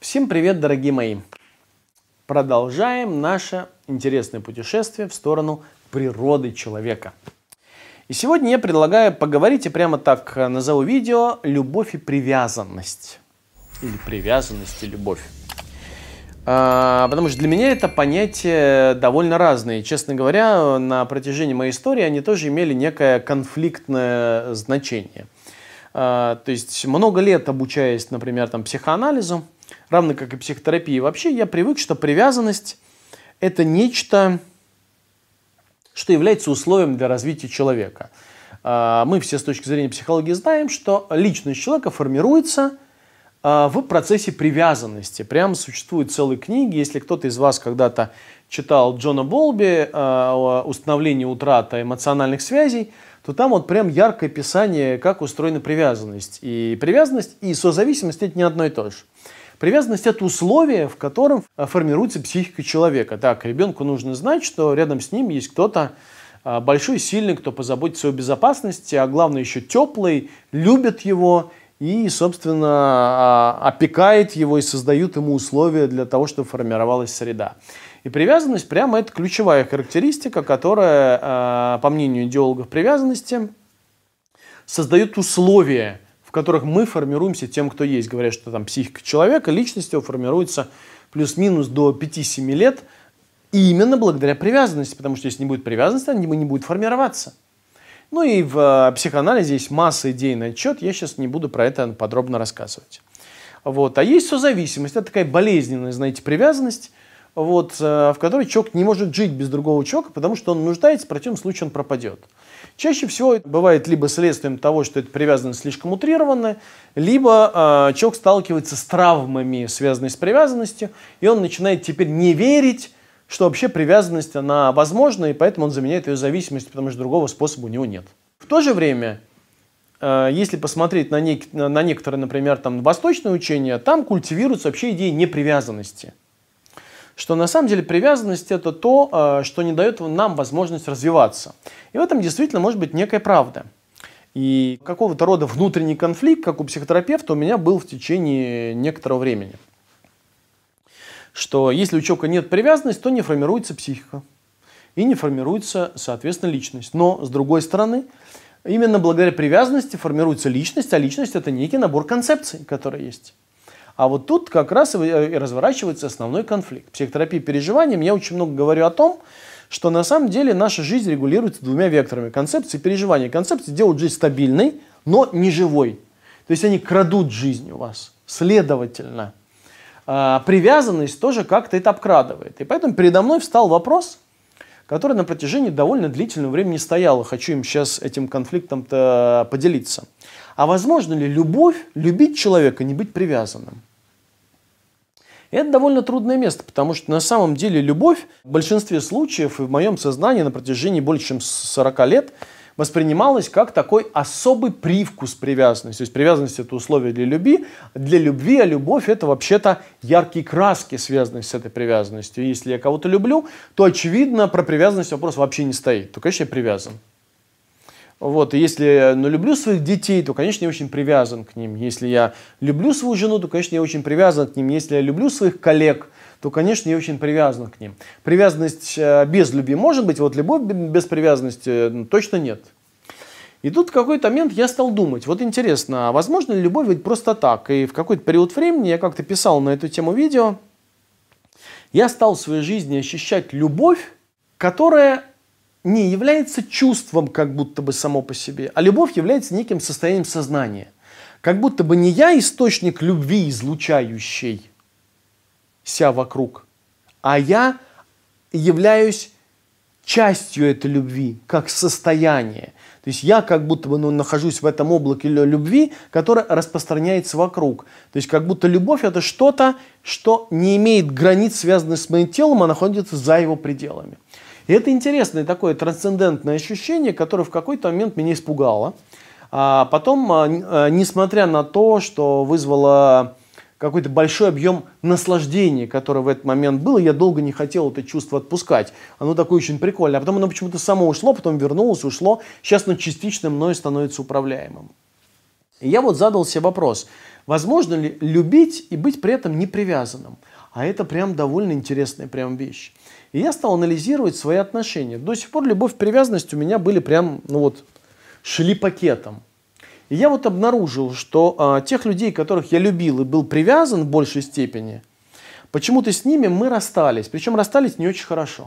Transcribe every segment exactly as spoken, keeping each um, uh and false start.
Всем привет, дорогие мои! Продолжаем наше интересное путешествие в сторону природы человека. И сегодня я предлагаю поговорить, и прямо так назову видео, «Любовь и привязанность». Или «Привязанность и любовь». А, потому что для меня это понятия довольно разные. Честно говоря, на протяжении моей истории они тоже имели некое конфликтное значение. А, то есть много лет обучаясь, например, там, психоанализу, равно как и психотерапии, вообще я привык, что привязанность – это нечто, что является условием для развития человека. Мы все с точки зрения психологии знаем, что личность человека формируется в процессе привязанности. Прямо существуют целые книги. Если кто-то из вас когда-то читал Джона Болби «Установление утраты эмоциональных связей», то там вот прям яркое описание, как устроена привязанность. И привязанность, и созависимость – это не одно и то же. Привязанность – это условие, в котором формируется психика человека. Так, ребенку нужно знать, что рядом с ним есть кто-то большой, сильный, кто позаботится о безопасности, а главное еще теплый, любит его и, собственно, опекает его и создают ему условия для того, чтобы формировалась среда. И привязанность прямо это ключевая характеристика, которая, по мнению идеологов привязанности, создает условия, в которых мы формируемся тем, кто есть. Говорят, что там психика человека, личность его формируется плюс-минус до пяти-семи лет, и именно благодаря привязанности, потому что если не будет привязанности, она не будет формироваться. Ну и в психоанализе есть масса идей на этот счет, я сейчас не буду про это подробно рассказывать. Вот. А есть созависимость, это такая болезненная, знаете, привязанность, вот, в которой человек не может жить без другого человека, потому что он нуждается, в противном случае он пропадет. Чаще всего это бывает либо следствием того, что эта привязанность слишком утрированная, либо э, человек сталкивается с травмами, связанными с привязанностью, и он начинает теперь не верить, что вообще привязанность, она возможна, и поэтому он заменяет ее зависимостью, потому что другого способа у него нет. В то же время, э, если посмотреть на, нек на некоторые, например, там, восточные учения, там культивируется вообще идея непривязанности. Что на самом деле привязанность – это то, что не дает нам возможность развиваться. И в этом действительно может быть некая правда. И какого-то рода внутренний конфликт, как у психотерапевта, у меня был в течение некоторого времени. Что если у человека нет привязанности, то не формируется психика. И не формируется, соответственно, личность. Но, с другой стороны, именно благодаря привязанности формируется личность, а личность – это некий набор концепций, которые есть. А вот тут как раз и разворачивается основной конфликт. В психотерапии переживаниям я очень много говорю о том, что на самом деле наша жизнь регулируется двумя векторами. Концепции переживания. Концепции делают жизнь стабильной, но не живой. То есть они крадут жизнь у вас. Следовательно, привязанность тоже как-то это обкрадывает. И поэтому передо мной встал вопрос, который на протяжении довольно длительного времени стоял. Хочу им сейчас этим конфликтом-то поделиться. А возможно ли любовь, любить человека, не быть привязанным? И это довольно трудное место, потому что на самом деле любовь в большинстве случаев и в моем сознании на протяжении больше чем сорока лет воспринималась как такой особый привкус привязанности. То есть привязанность – это условие для любви, для любви, а любовь – это вообще-то яркие краски, связанные с этой привязанностью. И если я кого-то люблю, то, очевидно, про привязанность вопрос вообще не стоит. То, конечно, я привязан. Вот, и если я ну, люблю своих детей, то, конечно, я очень привязан к ним. Если я люблю свою жену, то, конечно, я очень привязан к ним. Если я люблю своих коллег, то, конечно, я очень привязан к ним. Привязанность без любви может быть, вот любовь без привязанности ну, точно нет. И тут в какой-то момент я стал думать, вот интересно, а возможно ли любовь ведь просто так? И в какой-то период времени, я как-то писал на эту тему видео, я стал в своей жизни ощущать любовь, которая не является чувством как будто бы само по себе, а любовь является неким состоянием сознания. Как будто бы не я источник любви, излучающий ся вокруг, а я являюсь частью этой любви, как состояние. То есть я как будто бы ну, нахожусь в этом облаке любви, которое распространяется вокруг. То есть как будто любовь это что-то, что не имеет границ, связанных с моим телом, а находится за его пределами. И это интересное такое трансцендентное ощущение, которое в какой-то момент меня испугало. А потом, несмотря на то, что вызвало какой-то большой объем наслаждения, которое в этот момент было, я долго не хотел это чувство отпускать. Оно такое очень прикольное. А потом оно почему-то само ушло, потом вернулось, ушло. Сейчас оно частично мною становится управляемым. И я вот задал себе вопрос, возможно ли любить и быть при этом не привязанным? А это прям довольно интересная прям вещь. И я стал анализировать свои отношения. До сих пор любовь и привязанность у меня были прям, ну вот, шли пакетом. И я вот обнаружил, что а, тех людей, которых я любил и был привязан в большей степени, почему-то с ними мы расстались. Причем расстались не очень хорошо.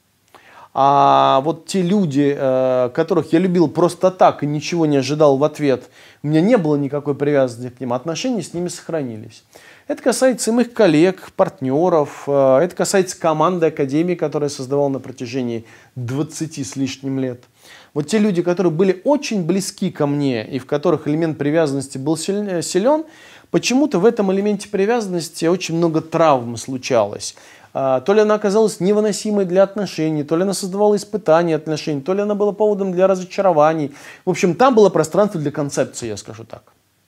А вот те люди, которых я любил просто так и ничего не ожидал в ответ, у меня не было никакой привязанности к ним, отношения с ними сохранились. Это касается и моих коллег, партнеров, это касается команды академии, которую я создавал на протяжении двадцати с лишним лет. Вот те люди, которые были очень близки ко мне и в которых элемент привязанности был силен, почему-то в этом элементе привязанности очень много травм случалось. То ли она оказалась невыносимой для отношений, то ли она создавала испытания отношений, то ли она была поводом для разочарований. В общем, там было пространство для концепции, я скажу так.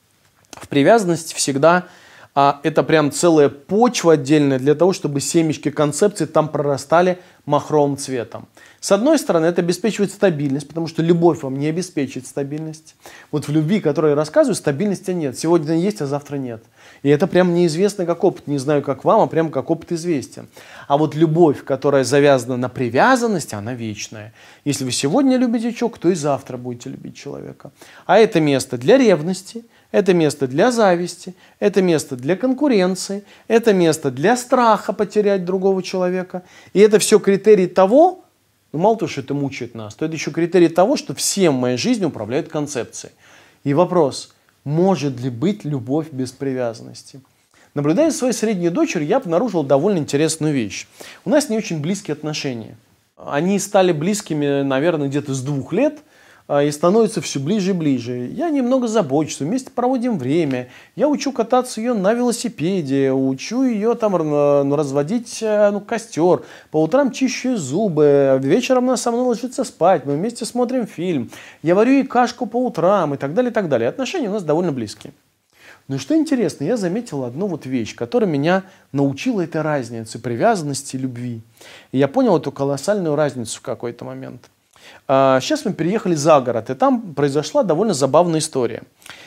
В привязанности всегда а, это прям целая почва отдельная для того, чтобы семечки концепции там прорастали махровым цветом. С одной стороны, это обеспечивает стабильность, потому что любовь вам не обеспечит стабильность. Вот в любви, о которой я рассказываю, стабильности нет. Сегодня есть, а завтра нет. И это прям неизвестно как опыт. Не знаю, как вам, а прям как опыт известен. А вот любовь, которая завязана на привязанности, она вечная. Если вы сегодня любите человека, то и завтра будете любить человека. А это место для ревности, это место для зависти, это место для конкуренции, это место для страха потерять другого человека. И это все критерии того, ну, мало того, что это мучает нас, то это еще критерий того, что всем в моей жизни управляют концепцией. И вопрос, может ли быть любовь без привязанности? Наблюдая за своей средней дочерью, я обнаружил довольно интересную вещь. У нас не очень близкие отношения. Они стали близкими, наверное, где-то с двух лет, и становятся все ближе и ближе. Я немного забочусь, вместе проводим время. Я учу кататься ее на велосипеде, учу ее там ну, разводить ну, костер. По утрам чищу ей зубы, вечером она со мной ложится спать, мы вместе смотрим фильм. Я варю ей кашку по утрам и так далее, и так далее. Отношения у нас довольно близкие. Но что интересно, я заметил одну вот вещь, которая меня научила этой разнице привязанности и любви. И я понял эту колоссальную разницу в какой-то момент. Сейчас мы переехали за город, и там произошла довольно забавная история.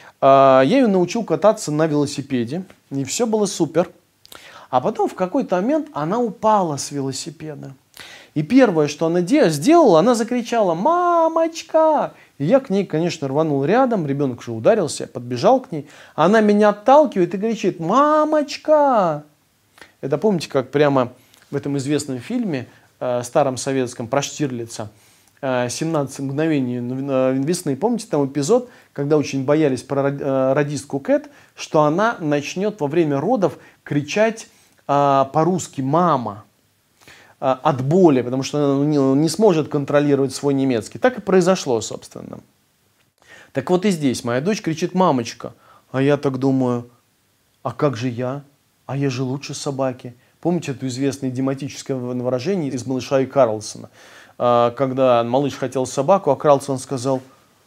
Я ее научил кататься на велосипеде, и все было супер. А потом в какой-то момент она упала с велосипеда. И первое, что она сделала, она закричала: «Мамочка!» И я к ней, конечно, рванул рядом, ребенок уже ударился, подбежал к ней. Она меня отталкивает и кричит: «Мамочка!» Это помните, как прямо в этом известном фильме, старом советском, про Штирлица, «семнадцать мгновений весны». Помните там эпизод, когда очень боялись про радистку Кэт, что она начнет во время родов кричать по-русски «мама» от боли, потому что она не сможет контролировать свой немецкий. Так и произошло, собственно. Так вот и здесь моя дочь кричит: «Мамочка». А я так думаю: а как же я? А я же лучше собаки. Помните это известное идиоматическое выражение из «Малыша и Карлсона», когда малыш хотел собаку, а Карлсон сказал: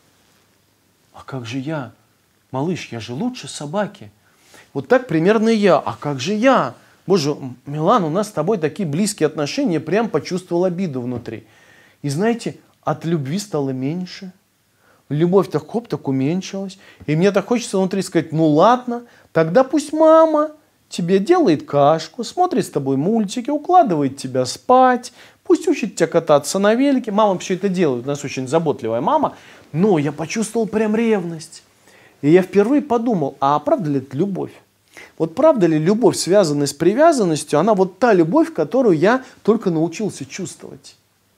«А как же я? Малыш, я же лучше собаки». Вот так примерно и я. А как же я? Боже, Милан, у нас с тобой такие близкие отношения, прям почувствовал обиду внутри. И знаете, от любви стало меньше. Любовь так хоп, так уменьшилась. И мне так хочется внутри сказать: ну ладно, тогда пусть мама тебе делает кашку, смотрит с тобой мультики, укладывает тебя спать, пусть учит тебя кататься на велике. Мама все это делает, у нас очень заботливая мама. Но я почувствовал прям ревность. И я впервые подумал: а правда ли это любовь? Вот правда ли любовь, связанная с привязанностью, она вот та любовь, которую я только научился чувствовать?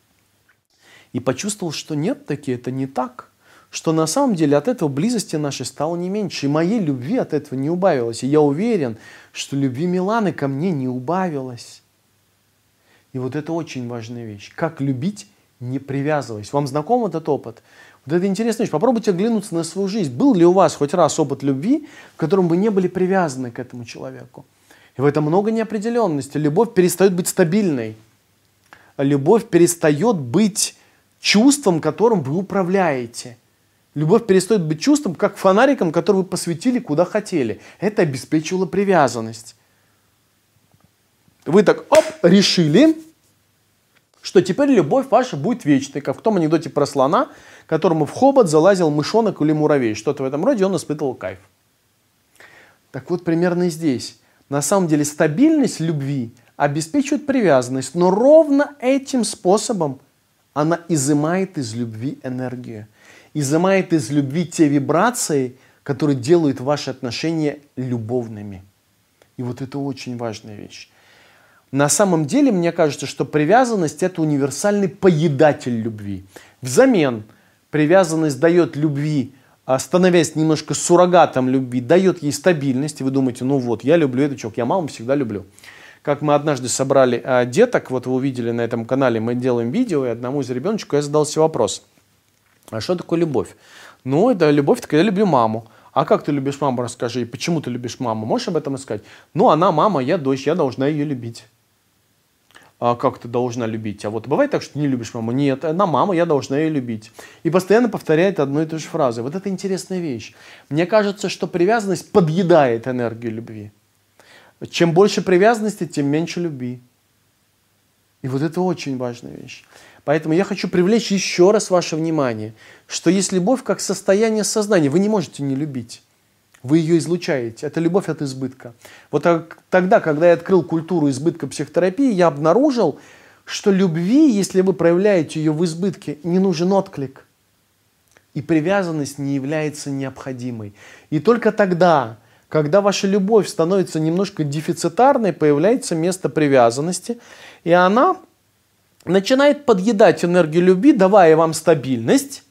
И почувствовал, что нет, таки это не так. Что на самом деле от этого близости нашей стало не меньше. И моей любви от этого не убавилось. И я уверен, что любви Миланы ко мне не убавилось. И вот это очень важная вещь. Как любить, не привязываясь. Вам знаком этот опыт? Вот это интересная вещь. Попробуйте оглянуться на свою жизнь. Был ли у вас хоть раз опыт любви, в котором вы не были привязаны к этому человеку? И в этом много неопределенности. Любовь перестает быть стабильной. Любовь перестает быть чувством, которым вы управляете. Любовь перестает быть чувством, как фонариком, который вы посветили куда хотели. Это обеспечивало привязанность. Вы так, оп, решили, что теперь любовь ваша будет вечной, как в том анекдоте про слона, которому в хобот залазил мышонок или муравей. Что-то в этом роде, он испытывал кайф. Так вот, примерно и здесь. На самом деле стабильность любви обеспечивает привязанность, но ровно этим способом она изымает из любви энергию, изымает из любви те вибрации, которые делают ваши отношения любовными. И вот это очень важная вещь. На самом деле, мне кажется, что привязанность – это универсальный поедатель любви. Взамен привязанность дает любви, становясь немножко суррогатом любви, дает ей стабильность. И вы думаете, ну вот, я люблю этот человек, я маму всегда люблю. Как мы однажды собрали а, деток, вот вы увидели на этом канале, мы делаем видео, и одному из ребеночку я задался вопрос. А что такое любовь? Ну, это любовь, это когда я люблю маму. А как ты любишь маму, расскажи, почему ты любишь маму? Можешь об этом сказать? Ну, она мама, я дочь, я должна ее любить. А как ты должна любить? А вот бывает так, что ты не любишь маму? Нет, она мама, я должна ее любить. И постоянно повторяет одну и ту же фразу. Вот это интересная вещь. Мне кажется, что привязанность подъедает энергию любви. Чем больше привязанности, тем меньше любви. И вот это очень важная вещь. Поэтому я хочу привлечь еще раз ваше внимание, что есть любовь как состояние сознания. Вы не можете не любить. Вы ее излучаете. Это любовь от избытка. Вот тогда, когда я открыл культуру избытка психотерапии, я обнаружил, что любви, если вы проявляете ее в избытке, не нужен отклик. И привязанность не является необходимой. И только тогда, когда ваша любовь становится немножко дефицитарной, появляется место привязанности, и она начинает подъедать энергию любви, давая вам стабильность,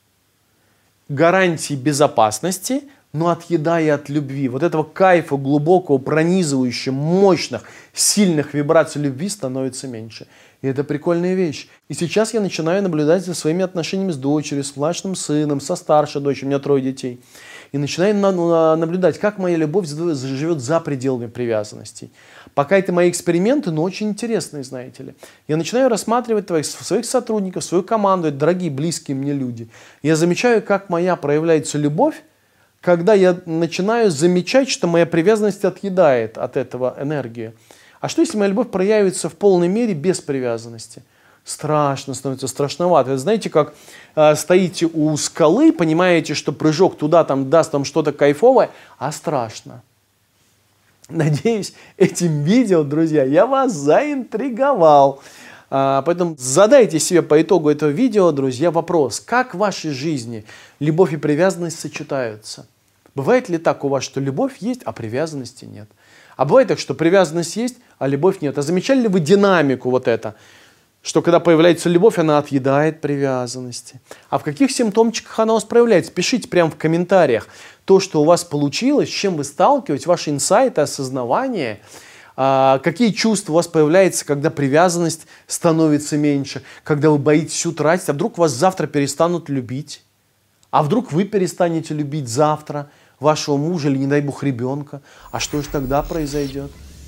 гарантии безопасности, но отъедая от любви. Вот этого кайфа глубокого, пронизывающего, мощных, сильных вибраций любви становится меньше. И это прикольная вещь. И сейчас я начинаю наблюдать за своими отношениями с дочерью, с младшим сыном, со старшей дочерью, у меня трое детей. И начинаю наблюдать, как моя любовь живет за пределами привязанностей. Пока это мои эксперименты, но очень интересные, знаете ли. Я начинаю рассматривать твоих, своих сотрудников, свою команду, это дорогие, близкие мне люди. Я замечаю, как моя проявляется любовь, когда я начинаю замечать, что моя привязанность отъедает от этого энергию. А что, если моя любовь проявится в полной мере без привязанности? Страшно, становится страшновато. Это знаете, как э, стоите у скалы, понимаете, что прыжок туда там даст вам что-то кайфовое, а страшно. Надеюсь, этим видео, друзья, я вас заинтриговал. А, поэтому задайте себе по итогу этого видео, друзья, вопрос. Как в вашей жизни любовь и привязанность сочетаются? Бывает ли так у вас, что любовь есть, а привязанности нет? А бывает так, что привязанность есть, а любовь нет. А замечали ли вы динамику вот это? Что когда появляется любовь, она отъедает привязанности. А в каких симптомчиках она у вас проявляется? Пишите прямо в комментариях то, что у вас получилось, с чем вы сталкиваетесь, ваши инсайты, осознавания. А, какие чувства у вас появляются, когда привязанность становится меньше, когда вы боитесь утратить, а вдруг вас завтра перестанут любить? А вдруг вы перестанете любить завтра вашего мужа или, не дай бог, ребенка? А что же тогда произойдет?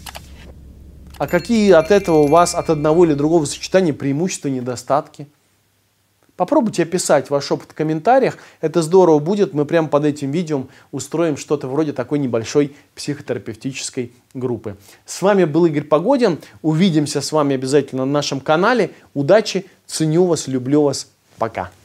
А какие от этого у вас, от одного или другого сочетания преимущества, недостатки? Попробуйте описать ваш опыт в комментариях. Это здорово будет. Мы прямо под этим видео устроим что-то вроде такой небольшой психотерапевтической группы. С вами был Игорь Погодин. Увидимся с вами обязательно на нашем канале. Удачи, ценю вас, люблю вас. Пока.